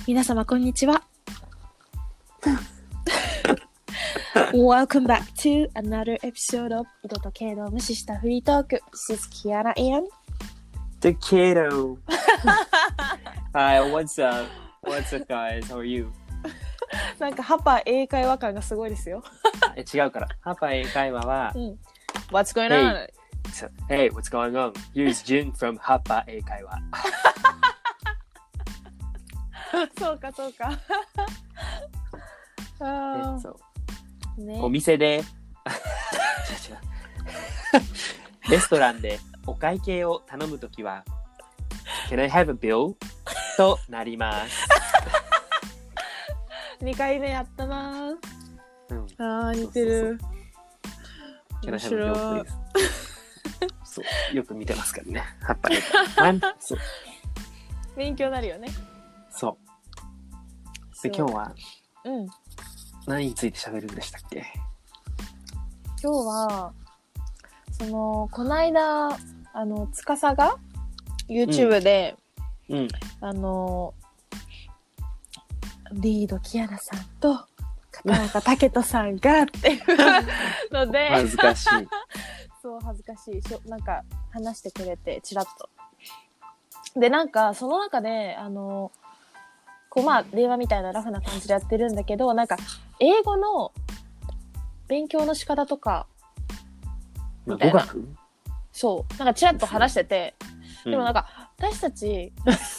皆様こんにちは。Welcome back to another episode of 井戸とケイドを無視したフリートーク。This is Kiara and The Kato. Hi, what's up? What's up, guys? How are you? なんかハパ英会話感がすごいですよ。 違うから。ハパ英会話は、 What's going on? Hey, what's going on? Here's Jun from ハパ英会話。 そうかそうか。 そうね、 お店で違うレストランでお会計を頼むときは Can I have a bill? となります 2回目やったな、似てる。 Can I have a bill, please? そうよく見てますからね。ハッパ英会話そう勉強になるよね。 そうで今日は、何について喋るんでしたっけ？ 今日はこの間司が YouTube で、リードキアラさんと片岡武人さんがっていうので恥ずかしいそう恥ずかしいなんか話してくれてチラッとでなんかその中でこうまあ電話みたいなラフな感じでやってるんだけどなんか英語の勉強の仕方とかみたいなそうなんかチラッと話してて、でもなんか私たち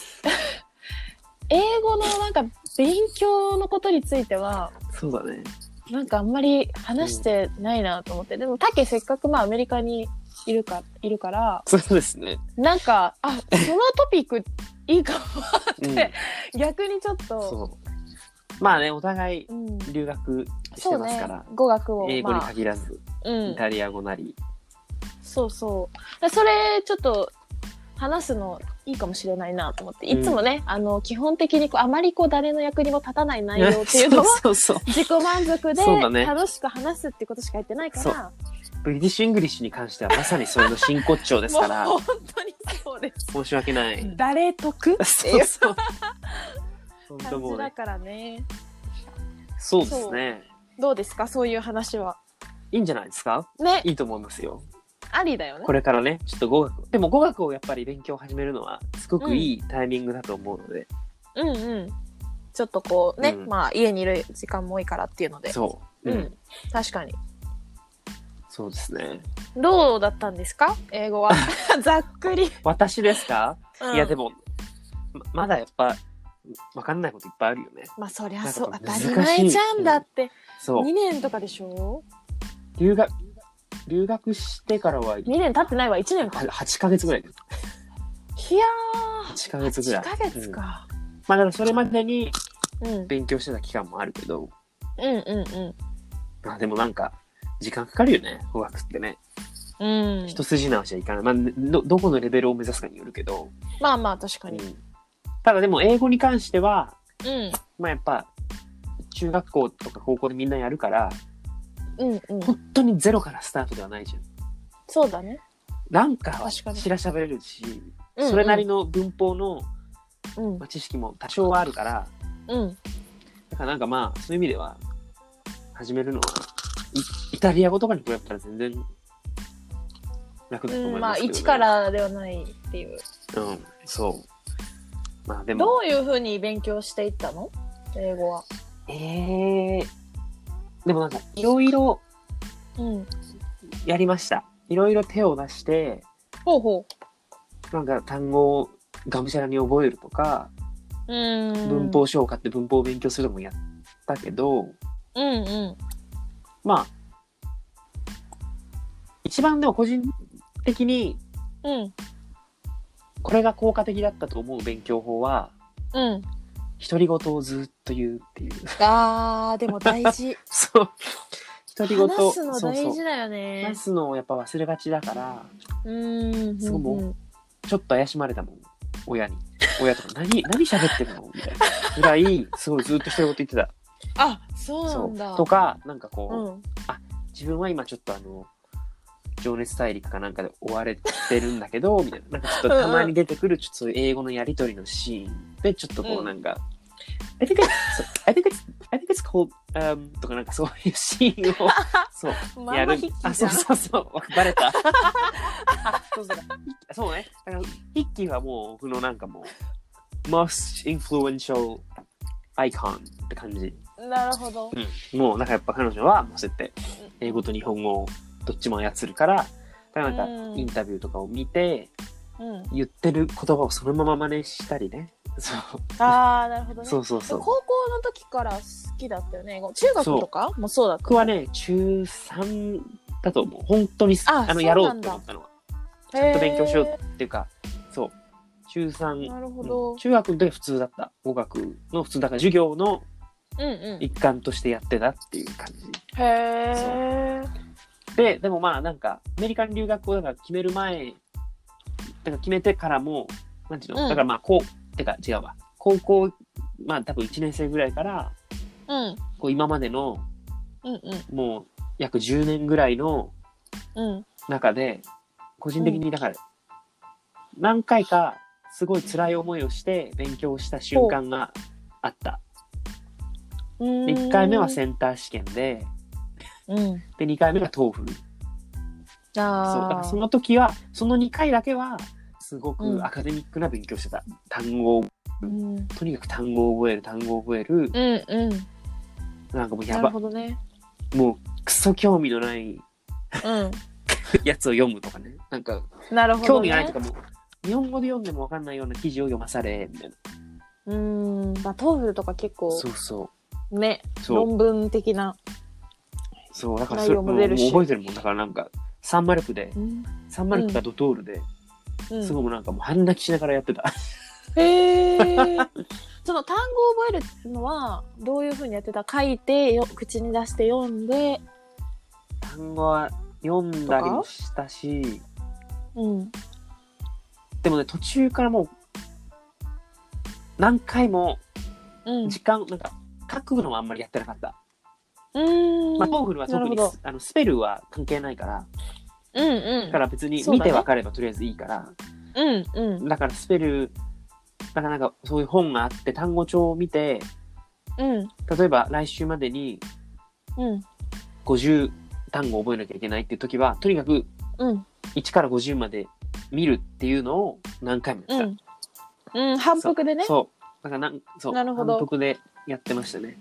英語のなんか勉強のことについてはそうだねなんかあんまり話してないなと思って、でもタケせっかくまあアメリカにいるからそうですねなんかそのトピックいいかもって、逆にちょっとそうまあねお互い留学してますから、 ね、語学を英語に限らず、イタリア語なりそうそれちょっと話すのいいかもしれないなと思って、いつもね基本的にあまり誰の役にも立たない内容っていうのは自己満足で楽しく話すっていうことしか言ってないから、 ブリティッシュ・イングリッシュに関してはまさにそれの真骨頂ですからもう本当にそうです。 申し訳ない。 誰得っていう本当もう、ね、 感じだからね。 そうですね。 どうですかそういう話は。 いいんじゃないですかね。いいと思いますよ。 ありだよね。 これからね、ちょっと語学。でも語学をやっぱり勉強を始めるのはすごくいいタイミングだと思うので。 ちょっとこうね、まあ家にいる時間も多いからっていうので。 そう。 確かに。 そうですね。 どうだったんですか英語は。ざっくり。 私ですか、いやでも、まだやっぱ、わかんないこといっぱいあるよね。 まあそりゃそう。当たり前じゃんだって。 そう。 2年とかでしょ留学してからは 2年経ってないわ。1年か。 8ヶ月ぐらいです。 いやー。 8ヶ月ぐらい。 8ヶ月か。 まあだからそれまでに勉強してた期間もあるけど。まあでもなんか、時間かかるよね、語学ってね。一筋縄じゃいかない。まあ、どこのレベルを目指すかによるけど。 まあまあ、確かに。 ただでも、英語に関しては、まあやっぱ、中学校とか高校でみんなやるから、本当にゼロからスタートではないじゃん。 そうだね。 なんかは知らしゃべれるし、それなりの文法の、知識も多少はあるから、だからなんかまあ、そういう意味では、始めるのは、イタリア語とかに比べたら全然楽だと思いますけど、ね。 まあ一からではないっていう。 そう。まあでも。 どういう風に勉強していったの？英語は。 でもなんかいろいろやりました。いろいろ手を出して、なんか単語をがむしゃらに覚えるとか、文法書を買って文法を勉強するのもやったけど、まあ一番でも個人的にこれが効果的だったと思う勉強法は、独り言をずっと言うっていう。 でも大事。 そう。独り言。 話すの大事だよね。 話すのをやっぱ忘れがちだから、すごいもうちょっと怪しまれたもん。親とか何喋ってるのみたいなぐらいすごいずっと独り言言ってた。 そうなんだ。 とかなんかこう、自分は今ちょっと情熱大陸かなんかで追われてるんだけどみたいな、なんかちょっとたまに出てくるちょっとそういう英語のやり取りのシーンでちょっとこうなんか、 I think it's called とかなんかそういうシーンをそうやる。あ、そうそうそう。バレた。あ、そうだ。そうね。だからヒッキーはもう僕のなんかもう most influential icon って感じ。 なるほど。 うん、もうなんかやっぱ彼女はもうそうやって英語と日本語をどっちも操るから、なんかインタビューとかを見て、言ってる言葉をそのまま真似したりね。そう。 ああ、なるほどね。 そうそうそう。 高校の時から好きだったよね。中学とかもそうだった。 僕はね、中3だと思う。本当にやろうって思ったのは。ちゃんと勉強しようっていうか、そう。中3。 なるほど。 中学の時は普通だった。語学の普通だから授業の一環としてやってたっていう感じ。 へー。でもまあなんか、アメリカに留学をだから決める前、だから決めてからも、なんていうの、だからまあてか違うわ。高校、まあ多分1年生ぐらいから、こう今までの、もう約10年ぐらいの中で、個人的にだから、何回かすごい辛い思いをして勉強した瞬間があった。1回目はセンター試験で、で2回目がトーフル。そうだからその時はその2回だけはすごくアカデミックな勉強してた。単語を、とにかく単語を覚える。なんかもうやば。 なるほどね。 もうクソ興味のないやつを読むとかね。なんかなるほど、ね、 興味がないとかもう日本語で読んでも分かんないような記事を読まされみたいな。 まあトーフルとか結構そうね、論文的な。 そうだからそれも覚えてるもん。だからなんかサンマルクで、サンマルクがドトールで、すごいなんかもう半泣きしながらやってた。 へー。その単語を覚えるのはどういう風にやってた？書いて口に出して読んで。 単語は読んだりもしたし、でもね途中からもう何回も時間、なんか書くのはあんまりやってなかった。まあトーフルは特にスペルは関係ないから、だから別に見て分かればとりあえずいいから、だからスペルだからなんかそういう本があって単語帳を見て、例えば来週までに50単語覚えなきゃいけないっていう時はとにかく1から50まで見るっていうのを何回もやってた。 反復でね。 そうだから反復でやってましたね。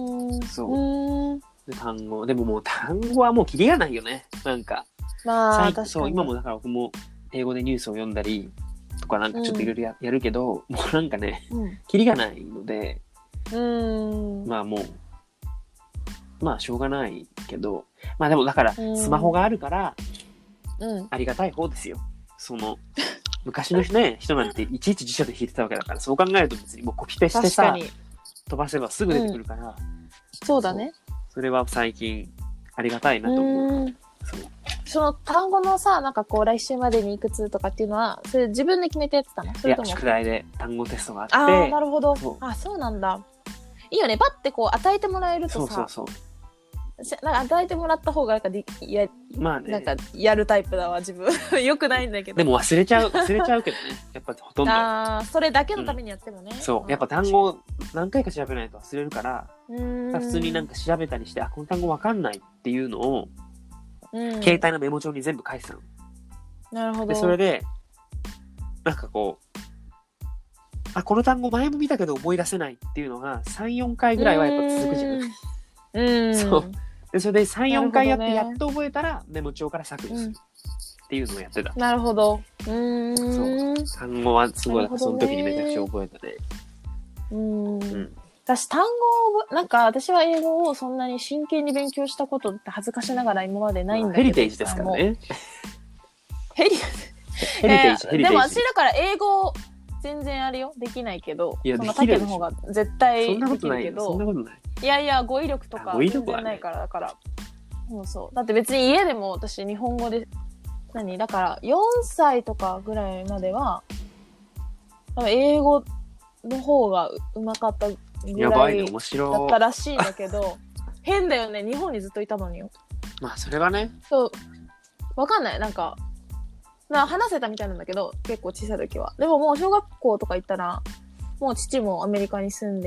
で単語でももう単語はもうキリがないよね。なんかまあ確かにそう今もだから僕も英語でニュースを読んだりとかなんかちょっといろいろやるけど、もうなんかね、キリがないので、まあもうまあしょうがないけど、まあでもだからスマホがあるからありがたい方ですよ。その昔の人なんていちいち辞書で引いてたわけだから、そう考えると別にもうコピペしてさ飛ばせばすぐ出てくるから、 そうだね。 それは最近ありがたいなと思う。 その単語のさ、なんかこう来週までにいくつとかっていうのはそれ自分で決めてやってたの？それともいや宿題で単語テストがあって。 ああなるほど。そうなんだ。いいよね。パッてこう与えてもらえるとさ、なんか与えてもらった方がなんかまあね、なんかやるタイプだわ自分。よくないんだけど。 でも忘れちゃうけどね。やっぱほとんど。 それだけのためにやってもね。 そうやっぱ単語何回か調べないと忘れるから、普通になんか調べたりして、この単語わかんないっていうのを、携帯のメモ帳に全部書いてたの。 なるほど。 でそれでなんかこうこの単語前も見たけど思い出せないっていうのが 3,4 回ぐらいはやっぱ続くじゃん。そうでそれで 3,4 回やってやっと覚えたらメモ帳から削除するっていうのをやってた。 なるほど。 そう単語はすごいその時にめちゃくちゃ覚えたね。 私単語をなんか私は英語をそんなに真剣に勉強したことって恥ずかしながら今までないんだけど、 ヘリテージですからね。 ヘリテージ。でも私だから英語全然あれよできないけど、そのタケの方が絶対できるけど、 そんなことない。 いやいや語彙力とか全然ないからだから、そうだって別に家でも私日本語でだから4歳とかぐらいまでは英語の方がうまかったぐらいだったらしいんだけど、変だよね。日本にずっといたのによ。 まあそれはね。 そうわかんないなんか話せたみたいなんだけど結構小さい時は。でももう小学校とか行ったらもう父もアメリカに住んで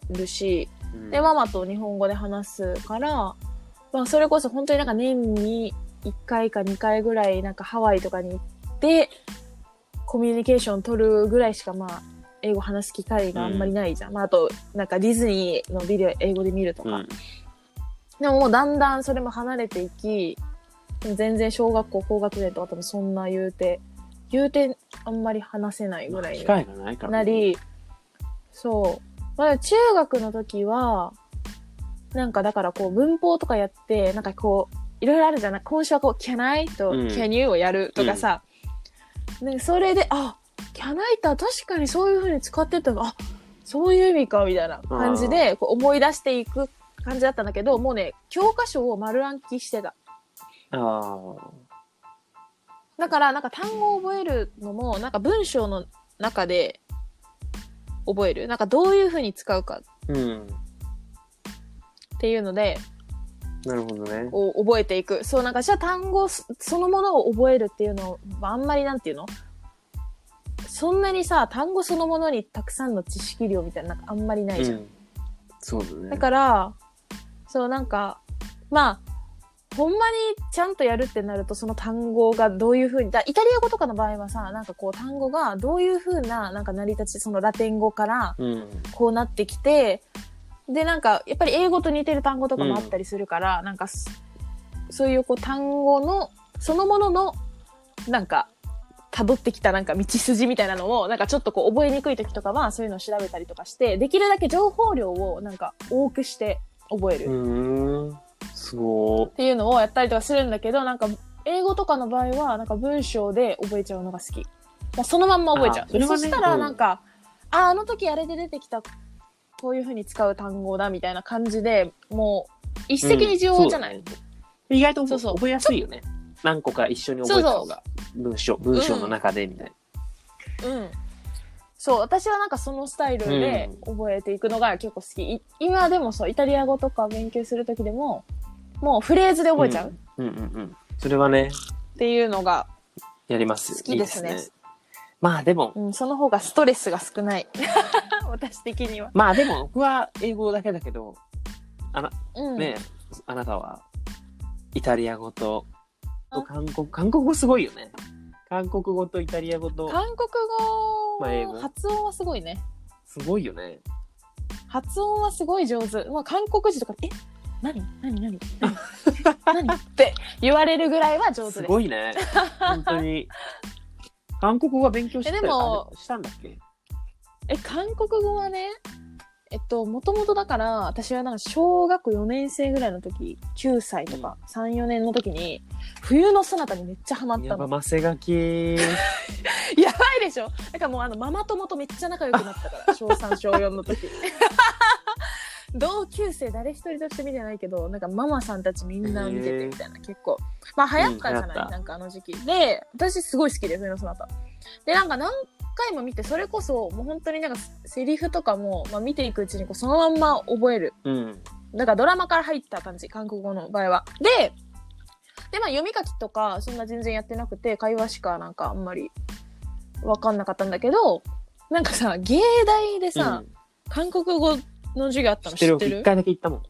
るし、でママと日本語で話すから、まあそれこそ本当になんか年に1回か2回ぐらいなんかハワイとかに行ってコミュニケーション取るぐらいしかまあ英語話す機会があんまりないじゃん。まああとなんかディズニーのビデオ英語で見るとか。でももうだんだんそれも離れていき、でも全然小学校高学年とか多分そんな言うてあんまり話せないぐらいになり、そう。まあ中学の時は、なんかだからこう文法とかやって、なんかこう、いろいろあるじゃない。今週はこう、can I と can you をやるとかさ。ね、それで、あ、can I って確かにそういう風に使ってたの、あ、そういう意味か、みたいな感じでこう思い出していく感じだったんだけど、もうね、教科書を丸暗記してた。だから、なんか単語を覚えるのも、なんか文章の中で覚える。なんかどういう風に使うか。っていうので、 なるほどね。 を覚えていく。そう、なんかじゃあ単語そのものを覚えるっていうのはあんまりなんていうの？そんなにさ、単語そのものにたくさんの知識量みたいな、なんかあんまりないじゃん。 そうだね。 だから、そうなんか、まあ、ほんまにちゃんとやるってなると、その単語がどういう風に、イタリア語とかの場合はさ、なんかこう単語がどういう風な、なんか成り立ち、そのラテン語からこうなってきて、で、なんか、やっぱり英語と似てる単語とかもあったりするから、なんか、そういうこう単語の、そのものの、なんか、辿ってきたなんか道筋みたいなのを、なんかちょっとこう覚えにくい時とかは、そういうのを調べたりとかして、できるだけ情報量をなんか多くして覚える。 すごー。 っていうのをやったりとかするんだけど、なんか、英語とかの場合は、なんか文章で覚えちゃうのが好き。もうそのまんま覚えちゃう。そしたらなんか、あの時あれで出てきた、こういう風に使う単語だみたいな感じで、もう一石二鳥じゃない、 意外と覚えやすいよね。何個か一緒に覚えた方が、文章の中でみたいな。そう、私はなんかそのスタイルで覚えていくのが結構好き。今でもそう、イタリア語とか勉強するときでも、もうフレーズで覚えちゃう。 それはね。 っていうのが、 やりますよ。 好きですね。 まあでも、 その方がストレスが少ない。私的には。 まあでも、僕は英語だけだけど、ね、あなたはイタリア語と韓国語すごいよね。韓国語とイタリア語と。 韓国語、 まあ、英語。 発音はすごいね。 すごいよね。 発音はすごい上手。まあ韓国人とか、何って言われるぐらいは上手です。 すごいね。本当に。韓国語は勉強してしたんだっけ？ 韓国語はね、もともとだから、私はなんか小学4年生ぐらいの時、9歳とか3、4年の時に、冬のそなたにめっちゃハマったの。 やば、マセガキ。 やばいでしょ？だからもうママ友とめっちゃ仲良くなったから、小3、小4の時。同級生誰一人として見てないけど、なんかママさんたちみんな見ててみたいな、結構。まあ流行ったじゃない、なんかあの時期。で、私すごい好きで、冬のそなた。で、なんか何回も見て、それこそもう本当になんかセリフとかも、まあ、見ていくうちにこうそのまんま覚える。だからドラマから入った感じ、韓国語の場合は。で、まあ読み書きとかそんな全然やってなくて、会話しかなんかあんまりわかんなかったんだけど、なんかさ、芸大でさ、韓国語の授業あったの知ってる？ 一回だけ行ったもん。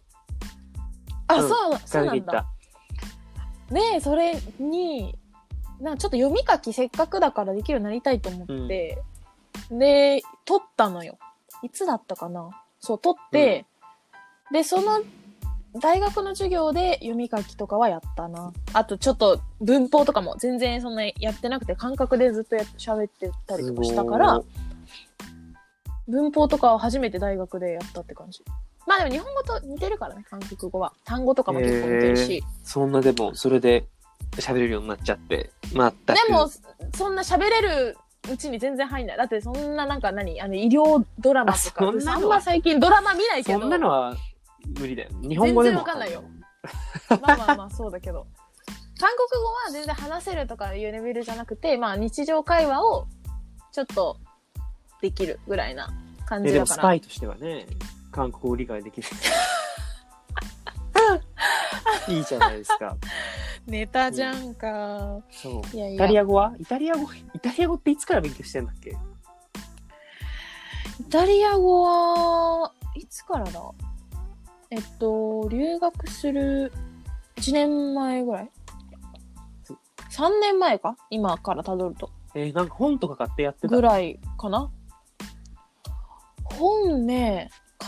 そうなんだ。で、それに、なんかちょっと読み書きせっかくだからできるようになりたいと思って、で、取ったのよ。いつだったかな？そう、取って、で、その大学の授業で読み書きとかはやったな。あとちょっと文法とかも全然そんなやってなくて、感覚でずっと喋ってたりとかしたから、文法とかは初めて大学でやったって感じ。まあでも日本語と似てるからね、韓国語は。単語とかも結構似てるし。 そんなでも、それで喋れるようになっちゃって。まあ、 でも、そんな喋れるうちに全然入んない。だってそんななんか医療ドラマとか、あんま最近ドラマ見ないけど。 そんなのは無理だよ。日本語でも。 全然わかんないよ。まあそうだけど。韓国語は全然話せるとかいうレベルじゃなくて、まあ日常会話をちょっとできるぐらいな感じだから。でもスパイとしてはね、韓国語を理解できる。いいじゃないですか。 ネタじゃんか。 そう。イタリア語っていつから勉強してんだっけ？ イタリア語は、 いつからだ留学する1年前ぐらい ?3 年前か今から辿ると。 なんか本とか買ってやってたぐらいかな。本ね、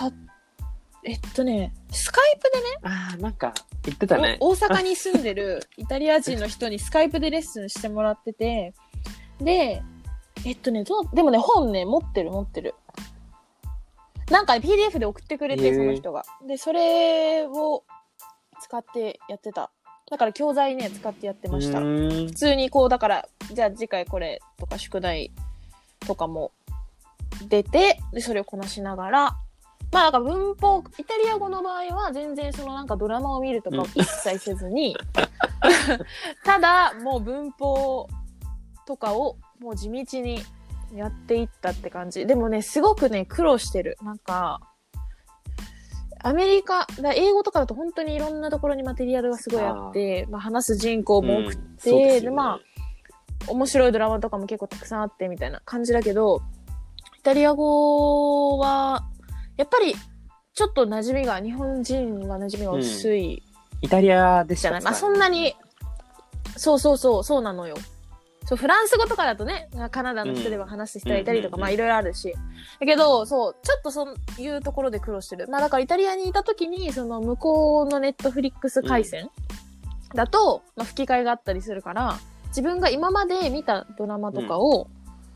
スカイプでね。 なんか言ってたね。 大阪に住んでるイタリア人の人にスカイプでレッスンしてもらってて、で、でもね、本ね、持ってる。なんか PDF で送ってくれて、その人が。で、それを使ってやってた。だから教材ね、使ってやってました。普通にこう、だから、じゃあ次回これとか宿題とかも出て、で、それをこなしながら、まあなんか文法、イタリア語の場合は全然そのなんかドラマを見るとかを一切せずに、ただもう文法とかをもう地道にやっていったって感じ。でもね、すごくね、苦労してる。なんか、アメリカ、英語とかだと本当にいろんなところにマテリアルがすごいあって、まあ話す人口も多くて、で、まあ、面白いドラマとかも結構たくさんあってみたいな感じだけど、イタリア語は、やっぱり、ちょっと日本人は馴染みが薄い、 イタリアでしたじゃない。まあそんなに、そうなのよ。そう、フランス語とかだとね、カナダの人では話す人がいたりとか、まあいろいろあるし。だけど、そう、ちょっとそういうところで苦労してる。まあだからイタリアにいた時に、その向こうのネットフリックス回線だと、まあ吹き替えがあったりするから、自分が今まで見たドラマとかを、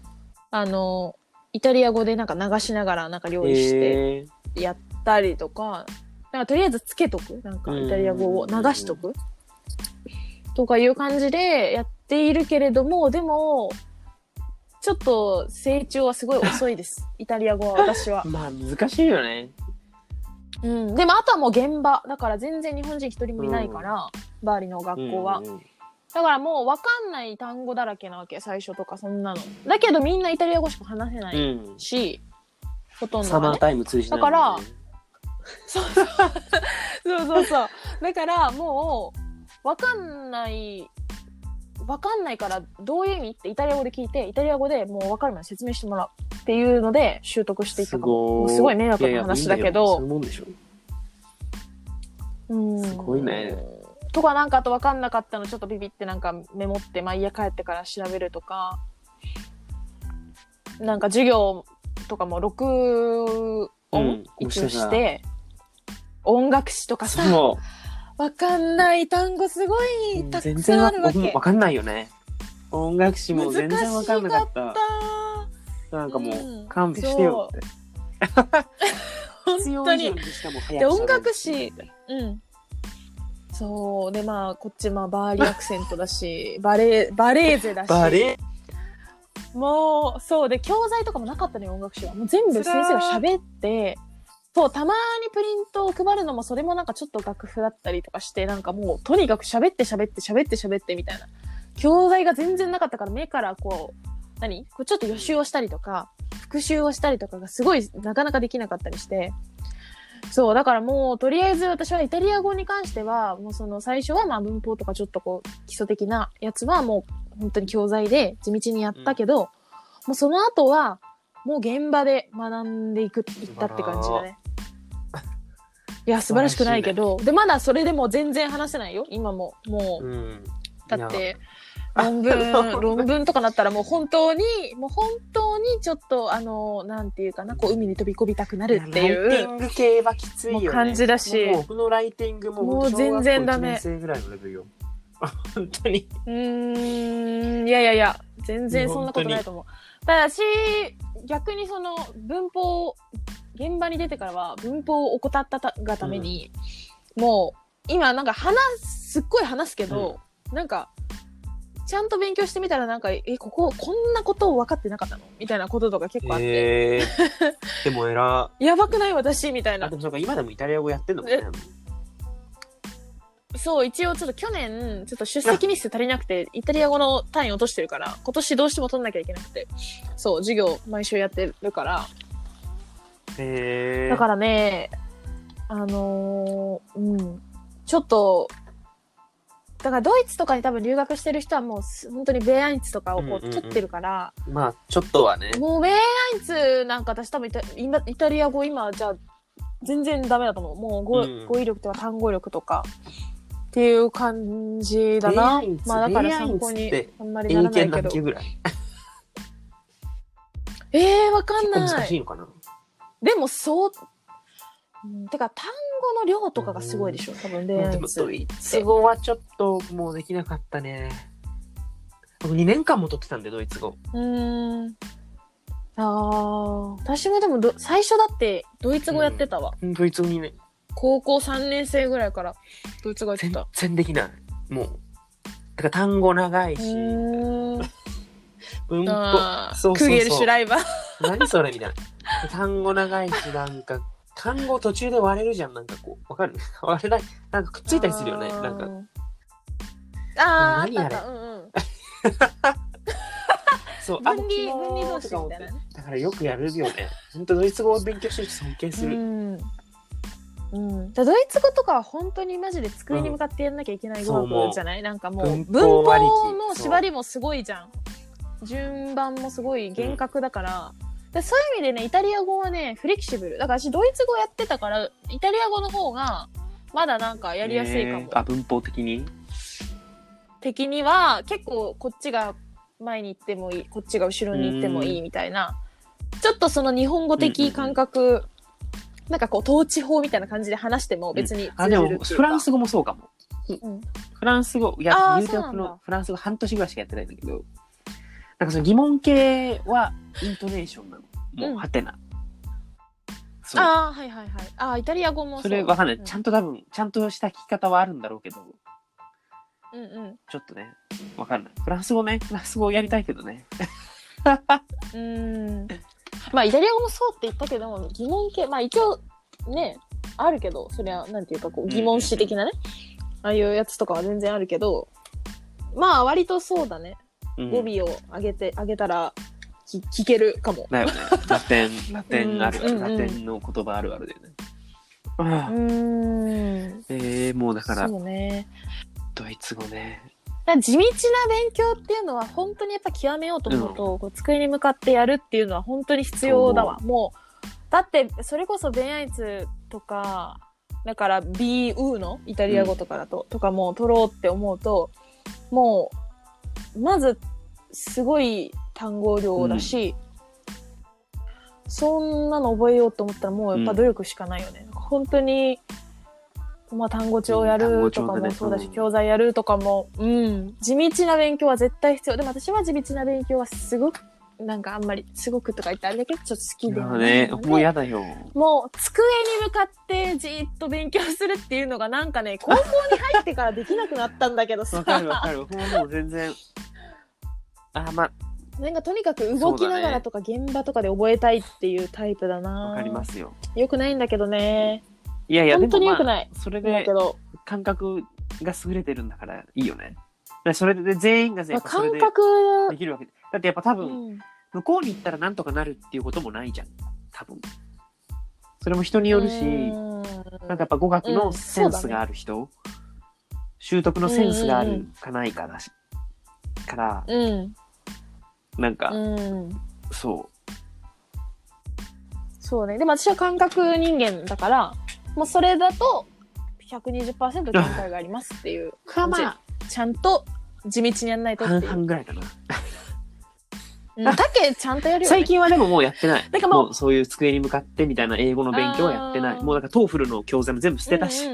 イタリア語でなんか流しながらなんか料理してやったりとか、なんかとりあえずつけとく。なんかイタリア語を流しとく。とかいう感じでやっているけれども、でも、ちょっと成長はすごい遅いです。イタリア語は私は。 まあ難しいよね。 うん。でもあとはもう現場。だから全然日本人一人もいないから、バーリの学校は。だからもう分かんない単語だらけなわけ、最初とかそんなの。だけどみんなイタリア語しか話せないし、ほとんどはね。 サマータイム通じない、 だから、そう。だからもう、分かんないからどういう意味ってイタリア語で聞いて、イタリア語でもう分かるまで説明してもらうっていうので習得していったかも。もうすごい迷惑な話だけど。 そういうもんでしょ。すごいね。 とかなんかあと分かんなかったのちょっとビビってなんかメモって、まあ家帰ってから調べるとか、なんか授業とかも録音一応して、音楽史とかさ、分かんない単語すごいたくさんあるわけ。 分かんないよね。音楽史も全然分かんなかった。なんかもう勘弁してよって。 本当に。で音楽史、そうでまあこっちまあバーリアクセントだしバレーゼだし。もうそうで教材とかもなかったのよ音楽史は。もう全部先生が喋って。そう、たまにプリントを配るのもそれもなんかちょっと楽譜だったりとかして、なんかもうとにかく喋ってみたいな。教材が全然なかったから目からこうちょっと予習をしたりとか、復習をしたりとかがすごいなかなかできなかったりして。そう、だからもうとりあえず私はイタリア語に関しては、もうその最初はまあ文法とかちょっとこう基礎的なやつはもう本当に教材で地道にやったけど、もうその後はもう現場で学んでいったって感じだね。いや、素晴らしくないけど、で、まだそれでも全然話せないよ、今も。もう、だって、論文とかなったらもう本当にちょっと、なんていうかな、こう、海に飛び込みたくなるっていう。 ライティング系はきついよね。 感じだし。 もう僕のライティングも全然ダメ。 小学校1年生ぐらいのレベルよ。本当に。 いや、全然そんなことないと思う。ただし、逆にその、現場に出てからは文法を怠ったがために、もう、今なんかすっごい話すけど、なんか、ちゃんと勉強してみたらなんか、こんなことを分かってなかったのみたいなこととか結構あって。 でもやばくない私みたいな。 でもそうか、今でもイタリア語やってんのかね。 そう、一応ちょっと去年、ちょっと出席日数足りなくて、イタリア語の単位落としてるから、今年どうしても取んなきゃいけなくて、そう、授業毎週やってるから。だからね、ちょっと、だからドイツとかに多分留学してる人はもう本当にベーアインツとかをこう取ってるから、 まあちょっとはね。 もうベーアインツなんか私多分イタリア語今じゃあ全然ダメだと思う。もう語彙力とか単語力とかっていう感じだな。まあだから参考にあんまりならないけど。 ぐらいわかんない。 結構難しいのかな。 でもてか単語の量とかがすごいでしょ、多分恋愛率。 ドイツ語はちょっともうできなかったね。僕2年間も取ってたんで、ドイツ語。 私もでも最初だってドイツ語やってたわ。 ドイツ語にね。 高校3年生ぐらいからドイツ語やってた。 全然できない。もう。だから単語長いし。文法。そう。 クゲルシュライバー。 何それみたいな。単語長いし、なんか、単語途中で割れるじゃん。なんかこう、わかる割れない。なんかくっついたりするよね。なんか。 何あれ。 そう、分離同士みたいなね。 だからよくやるよね。本当ドイツ語を勉強してる人尊敬する。 ドイツ語とかは本当にマジで机に向かってやんなきゃいけない語学じゃない？なんかもう文法の縛りもすごいじゃん。順番もすごい厳格だから、そういう意味でね、イタリア語はね、フレキシブル。だから私ドイツ語やってたから、イタリア語の方がまだなんかやりやすいかも。 文法的には結構こっちが前に行ってもいい、こっちが後ろに行ってもいいみたいな、ちょっとその日本語的感覚、なんかこう統治法みたいな感じで話しても別に通じるっていうか。 でもフランス語もそうかも。フランス語、言うておくのフランス語半年ぐらいしかやってないんだけど、なんかその疑問形はイントネーションなの。もう、はてな。 はいはいはい。イタリア語もそう。 それわかんない。ちゃんと多分、ちゃんとした聞き方はあるんだろうけど、ちょっとね、わかんない。フランス語やりたいけどね。 まあ、イタリア語もそうって言ったけど、疑問形、まあ一応ね、あるけど、そりゃ、なんていうかこう、疑問詞的なね、ああいうやつとかは全然あるけど、まあ割とそうだね。語尾を上げたら聞けるかも。 だよね。ラテンあるある。ラテンの言葉あるあるだよね。もうだから、 そうね。 ドイツ語ね。 地道な勉強っていうのは本当にやっぱ極めようと思うと、こう机に向かってやるっていうのは本当に必要だわ。もう、だってそれこそベンアイツとか、だから BU のイタリア語とかだと、とかも取ろうって思うと、もう、まず、すごい単語量だし、そんなの覚えようと思ったらもうやっぱ努力しかないよね。本当に、まあ単語帳やるとかもそうだし、教材やるとかも、地道な勉強は絶対必要。でも私は地道な勉強はすごく、なんかあんまり、すごくとか言ってあれだけど、ちょっと好きではないので。 もうやだよ。 もう机に向かってじーっと勉強するっていうのがなんかね、高校に入ってからできなくなったんだけどさ。 わかる。もう全然。 なんかとにかく動きながらとか現場とかで覚えたいっていうタイプだな。 わかりますよ。 よくないんだけどね。 いや本当によくない。 それで感覚が優れてるんだからいいよね。それで全員がそれでできるわけで。だってやっぱ多分、向こうに行ったらなんとかなるっていうこともないじゃん。多分。それも人によるし、なんかやっぱ語学のセンスがある人、習得のセンスがあるかないかだし、から、なんか、 そうね。でも私は感覚人間だから、もうそれだと 120% 限界がありますっていう感じ。ちゃんと地道にやんないとっていう。 半々ぐらいかな。 だけちゃんとやるよね。 最近はでももうやってない。なんかもうそういう机に向かってみたいな英語の勉強はやってない。もうなんかトーフルの教材も全部捨てたし。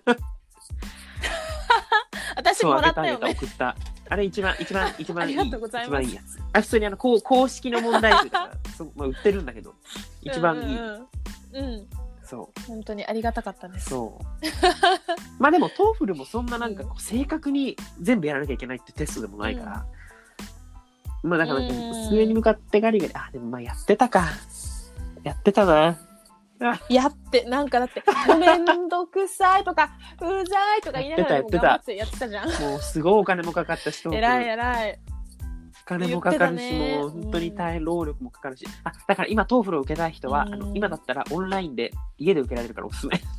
私もらったよね。 送った。あれ一番いい。 ありがとうございます。 一番いいやつ。普通に公式の問題集とか、売ってるんだけど、一番いい。そう。 本当にありがたかったです。 そう。まあでもトーフルもそんななんか正確に全部やらなきゃいけないってテストでもないから。まあだから机に向かってガリガリ、でもまあやってたか。やってたな。 なんかだって、めんどくさいとか、うざいとか言いながら頑張ってやってたじゃん。 もうすごいお金もかかったし、 偉い。 お金もかかるし、もう本当に大変、労力もかかるし。だから今トーフルを受けたい人は、今だったらオンラインで家で受けられるからおすすめ。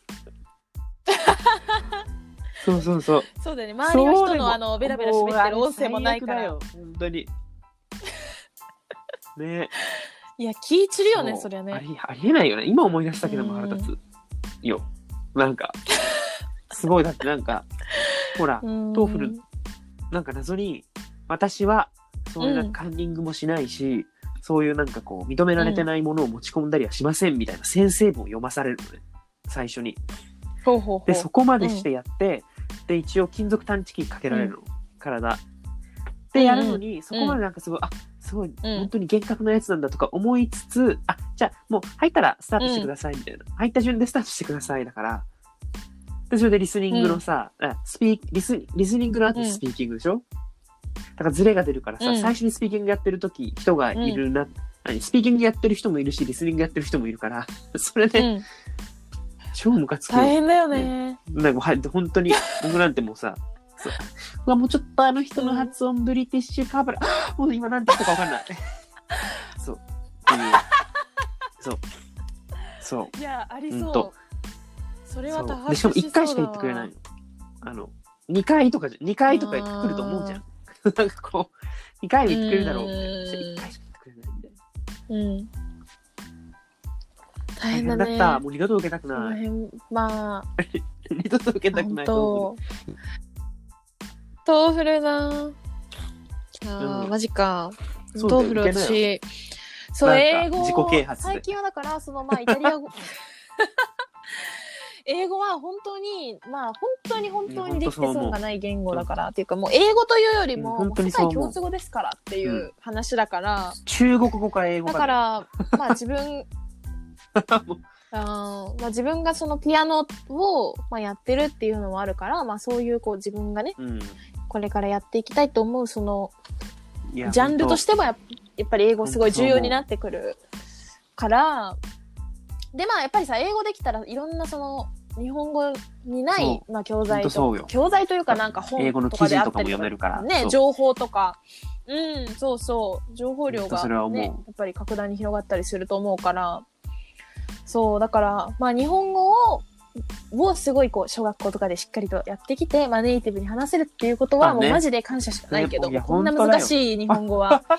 そう。 そうだよね。周りの人のベラベラ喋ってる音声もないから。 本当に。ね。 いや、気散るよね、そりゃあね。 りえないよね。今思い出したけども腹立つよ。なんか、すごい、だってなんか、ほら、トーフル、なんか謎に、私は、そういうなんかカンニングもしないし、そういうなんかこう、認められてないものを持ち込んだりはしませんみたいな宣誓文を読まされるのね。最初に。で、そこまでしてやって、で、一応金属探知機かけられるの。体。で、やるのに、そこまでなんかすごい、すごい、本当に厳格なやつなんだとか思いつつ、じゃあ、もう入ったらスタートしてくださいみたいな。入った順でスタートしてくださいだから、で、それでリスニングのさ、リスニングの後にスピーキングでしょ、だからズレが出るからさ、最初にスピーキングやってる時人がいるな、スピーキングやってる人もいるし、リスニングやってる人もいるから、それで、超ムカつく。 大変だよね。 なんか本当に、僕なんてもうさ、うわ、もうちょっとあの人の発音、ブリティッシュカブラ、もう今なんて言ったかわかんない。そう。そう。 いや、ありそう。それは高橋でしかも1回しか言ってくれないの。2回とか来ると思うじゃん。なんかこう、2回は言ってくれるだろうみたいな。1回しか言ってくれないみたいな。 大変だね。 大変だった。もう二度と受けたくない。 まあ。 二度と受けたくない。 トーフルなマジか。トーフル私、そう、英語。 自己啓発で。 最近はだから、イタリア語。英語は本当にできて損がない言語だからっていうか、もう英語というよりも世界共通語ですからっていう話だから、 中国語か英語かだから自分自分がそのピアノをやってるっていうのもあるから、そういうこう自分がね、これからやっていきたいと思うそのジャンルとしてもやっぱり英語すごい重要になってくるからでやっぱりさ英語できたらいろんなその日本語にない教材というかなんか本とかであったりとかね情報とかそう情報量がねやっぱり格段に広がったりすると思うからそうだから日本語をすごいこう小学校とかでしっかりとやってきてネイティブに話せるっていうことはもうマジで感謝しかないけど、こんな難しい日本語は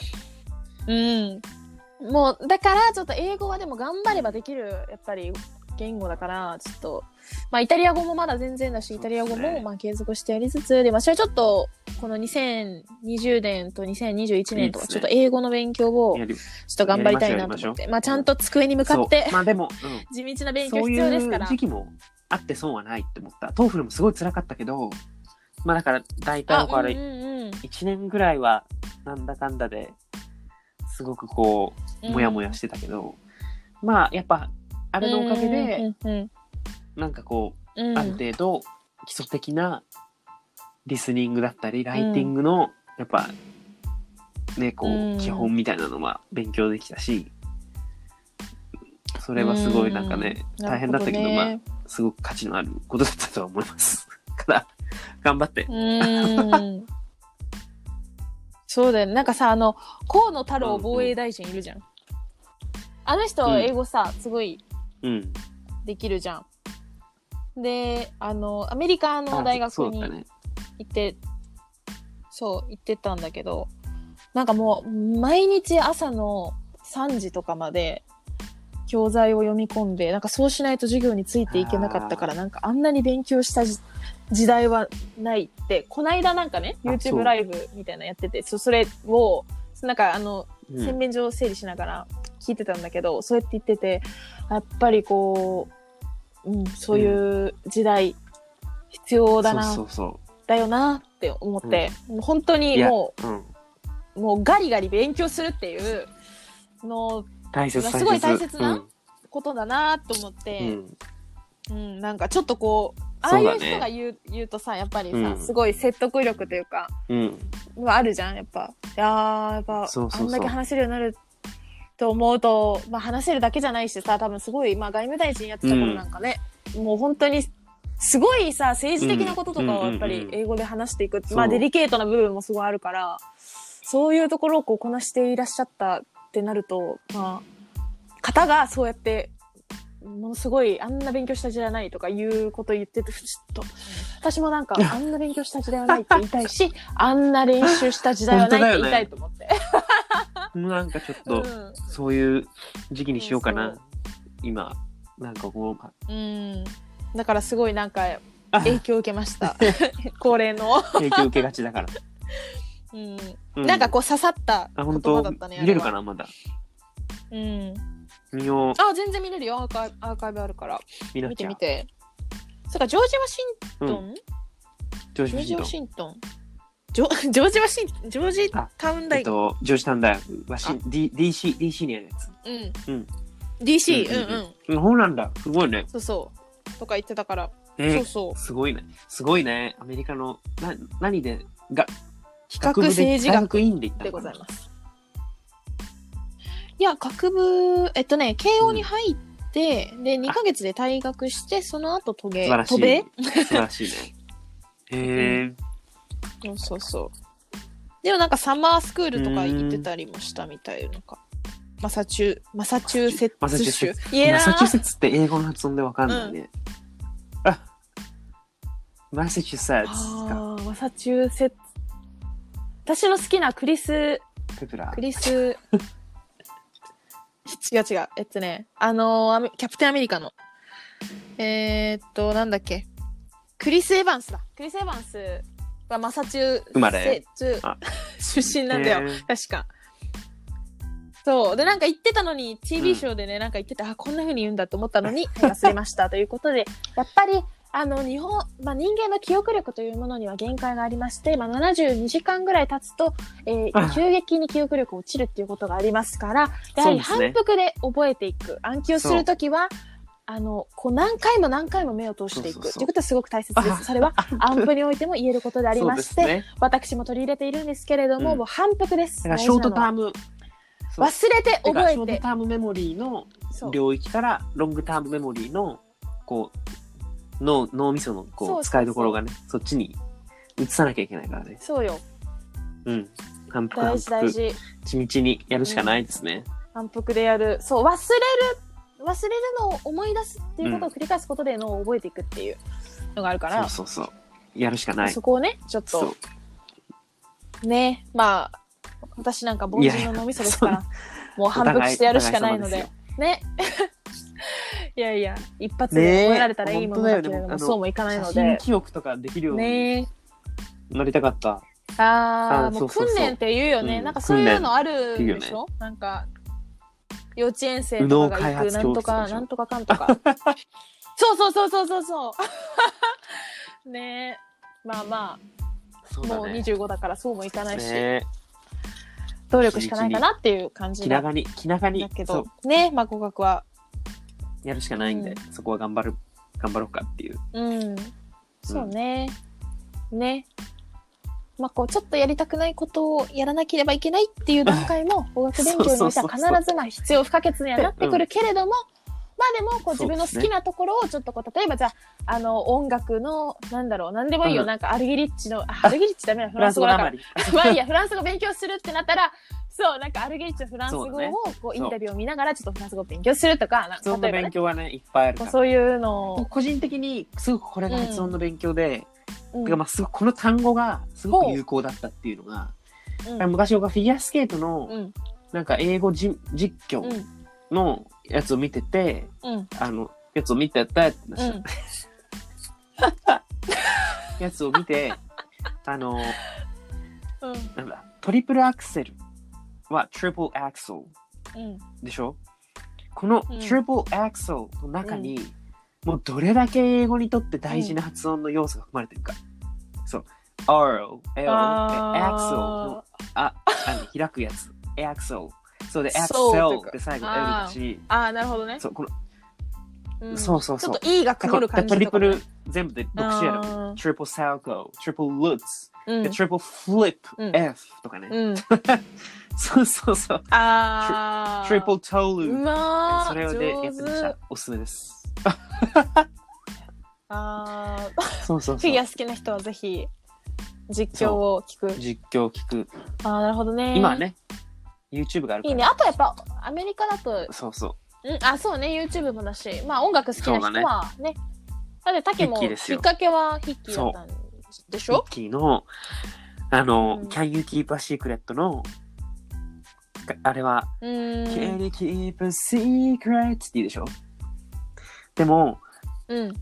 もうだからちょっと英語はでも頑張ればできるやっぱり言語だからちょっとイタリア語もまだ全然だし、イタリア語も継続してやりつつで私はちょっとこの2020年と2021年とかちょっと英語の勉強をちょっと頑張りたいなと思ってちゃんと机に向かってでも、 地道な勉強必要ですから。 そういう時期もあって損はないって思った。トーフルもすごい辛かったけどだから大体僕1年ぐらいはなんだかんだですごくこうモヤモヤしてたけど、やっぱあれのおかげでなんかこう、ある程度基礎的なリスニングだったりライティングのやっぱねこう基本みたいなのは勉強できたし、それはすごいなんかね大変だったけどすごく価値のあることだったとは思いますから頑張って。 そうだよね。なんかさ河野太郎防衛大臣いるじゃん。あの人英語さすごいできるじゃん。でアメリカの大学に行って行ってたんだけどなんかもう毎日朝の3時とかまで教材を読み込んでなんかそうしないと授業についていけなかったからなんかあんなに勉強した時代はないってこないだなんかね YouTube ライブみたいなやっててそれをなんか洗面所を整理しながら聞いてたんだけど、そうやって言っててやっぱりこう、そういう時代必要だな、だよなって思って、もう本当にもうガリガリ勉強するっていうのがすごい大切なことだなと思って、なんかちょっとこうああいう人が言うとさやっぱりさ、すごい説得力というか、あるじゃんやっぱやっぱあんだけ話せるようになると思うと、話せるだけじゃないしさ多分すごい外務大臣やってた頃なんかね、もう本当にすごいさ政治的なこととかをやっぱり英語で話していく、デリケートな部分もすごいあるからそういうところをこなしていらっしゃったってなると方がそうやってものすごいあんな勉強した時代はないとかいうこと言っててちょっと私もなんかあんな勉強した時代はないって言いたいしあんな練習した時代はないって言いたいと思ってなんかちょっと、そういう時期にしようかな。そうそう今、なんかこう。だからすごいなんか影響を受けました。恒例の。 影響受けがちだから。 なんかこう刺さった言葉だったね。 見れるかな、まだ。見よう。 全然見れるよ。アーカイブあるから。見てみて。それからジョージ・ワシントン、ジョージ・ワシントン。ジョージタウン大学。 ジョージタウン大学。DC にあるやつ。 DC、 そうなんだ。すごいね。 そうとか言ってたから。そう。 すごいね。すごいね。アメリカの、何で、 比較政治学院で行ったでございます。いや、学部、慶応に入って、で、2ヶ月で退学して、その後渡米。 素晴らしいね。へえ。そう。でもなんかサマースクールとか行ってたりもしたみたい。なんかマサチューセッツ州。マサチューセッツって英語の発音でわかんないね。マサチューセッツか。 マサチューセッツ。私の好きなクリス。 ペプラー。 違う。キャプテンアメリカの。なんだっけ。クリス・エヴァンスだ。クリス・エヴァンスはマサチューセッツ出身なんだよ。確か。そう。で、なんか言ってたのに、TV ショーでね、なんか言ってて、こんな風に言うんだと思ったのに、忘れました。ということで、やっぱり、人間の記憶力というものには限界がありまして、72時間ぐらい経つと、急激に記憶力落ちるっていうことがありますから、やはり反復で覚えていく。暗記をするときは、こう何回も目を通していくということはすごく大切です。それは暗譜においても言えることでありまして、私も取り入れているんですけれども、もう反復です。 だからショートターム。 忘れて覚えて。 ショートタームメモリーの領域からロングタームメモリーのこう脳みそのこう使いどころがね、そっちに移さなきゃいけないからね。 そうよ。 反復大事。 地道にやるしかないですね。 反復でやる。そう、忘れるのを思い出すっていうことを繰り返すことで脳を覚えていくっていうのがあるから。 そう。やるしかない。 そこをね、ちょっとね、私なんか凡人の脳みそですから、もう反復してやるしかないので。ね。いや、一発で覚えられたらいいものだけれども、そうもいかないので。 写真記憶とかできるようになりたかった。 もう訓練って言うよね。なんかそういうのあるんでしょ？なんか、幼稚園生とかが行くなんとかかんとか。そう。ねえ。もう25だからそうもいかないし。努力しかないかなっていう感じだけどね、語学はやるしかないんで、そこは頑張ろうかっていう。 そうね。こうちょっとやりたくないことをやらなければいけないっていう段階も語学勉強においては必ず必要不可欠にはなってくるけれども、でもこう自分の好きなところをちょっとこう例えばじゃあ音楽のなんでもいいよ、なんかアルギリッチダメだフランス語だからいやフランス語勉強するってなったらなんかアルギリッチのフランス語をこうインタビューを見ながらちょっとフランス語を勉強するとか発音の勉強はねいっぱいあるからそういうのを個人的にすごくこれが発音の勉強で、すごくこの単語がすごく有効だったっていうのが、昔僕がフィギュアスケートのなんか英語実況のやつを見てて、やつを見てたやつを見てなんだトリプルアクセルはトリプルアクセルでしょ、このトリプルアクセルの中に、もうどれだけ英語にとって大事な発音の要素が含まれてるか、R、L、アクセルの開くやつ、アクセルそうで、アクセルって最後 L だし。 なるほどね。 そう、そう。 ちょっと E が曇る感じトリプル全部で6種類ある。トリプルサルコー、トリプルルッツ、トリプルフリップ、F とかね。そう。トリプルトール。それをでやってました。おすすめです。そう。 フィギュア好きな人はぜひ実況を聞く。なるほどね。 今はね。YouTube があるから。 いいね。あとやっぱアメリカだと。 そう。 そうね。YouTube もだし、音楽好きな人はね。だってタケもきっかけはヒッキーだったんでしょ？ ヒッキーのCan You Keep a Secret のあれは、Can you keep a secret? って言うでしょ。でも、普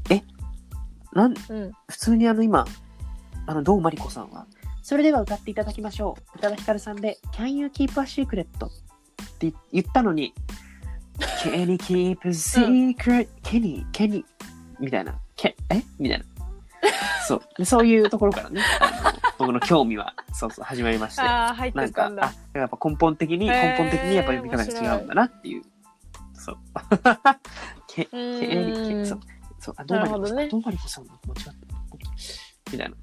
通に今、堂真理子さんは、それでは歌っていただきましょう。宇多田ヒカルさんで、Can you keep a secret? って言ったのに、Can you keep a secret? Can you? みたいな。みたいな。そういうところからね、僕の興味は、始まりまして。 入ってたんだ。 やっぱ根本的にやっぱ読み方が違うんだなっていう。そう。どうまりこさんの間違った。みたいな。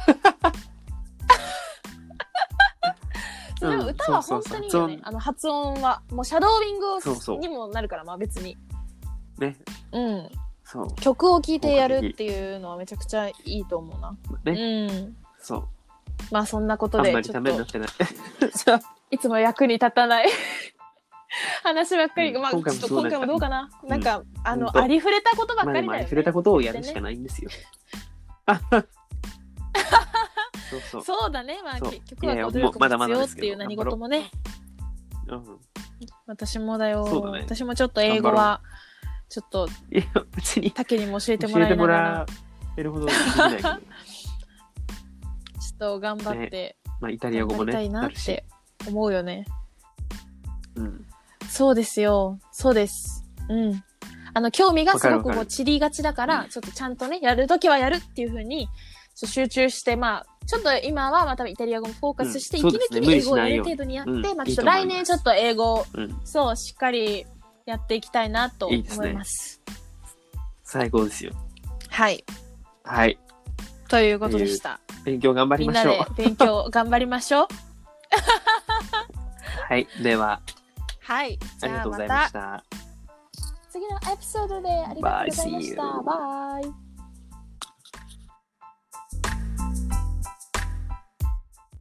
でも歌は本当にいいよね。発音は。もうシャドーイングにもなるから、まあ別に。 ね。 曲を聴いてやるっていうのはめちゃくちゃいいと思うな。 ね。 まあそんなことで、 あんまりためになってない。 いつも役に立たない話ばっかり。まあちょっと今回もどうかな。なんか、ありふれたことばっかりだよね。 ありふれたことをやるしかないんですよ。 そうだね。まあ結局は努力も必要っていう何事もね。私もだよ。私もちょっと英語はちょっと竹にも教えてもらえながら。 教えてもらえるほどできないけど。ちょっと頑張って、 まあイタリア語もね、 頑張りたいなって思うよね。そうですよ。そうです。興味がすごくこう散りがちだから、ちょっとちゃんとね、やるときはやるっていう風に集中して、まあちょっと今はまたイタリア語もフォーカスして、息抜きに英語をやる程度にやって、まあちょっと来年ちょっと英語をしっかりやっていきたいなと思います。 最高ですよ。 はい。ということでした。 勉強頑張りましょう。 みんなで勉強頑張りましょう。 はい。では。 はい。 ありがとうございました。 次のエピソードでありがとうございました。バイ。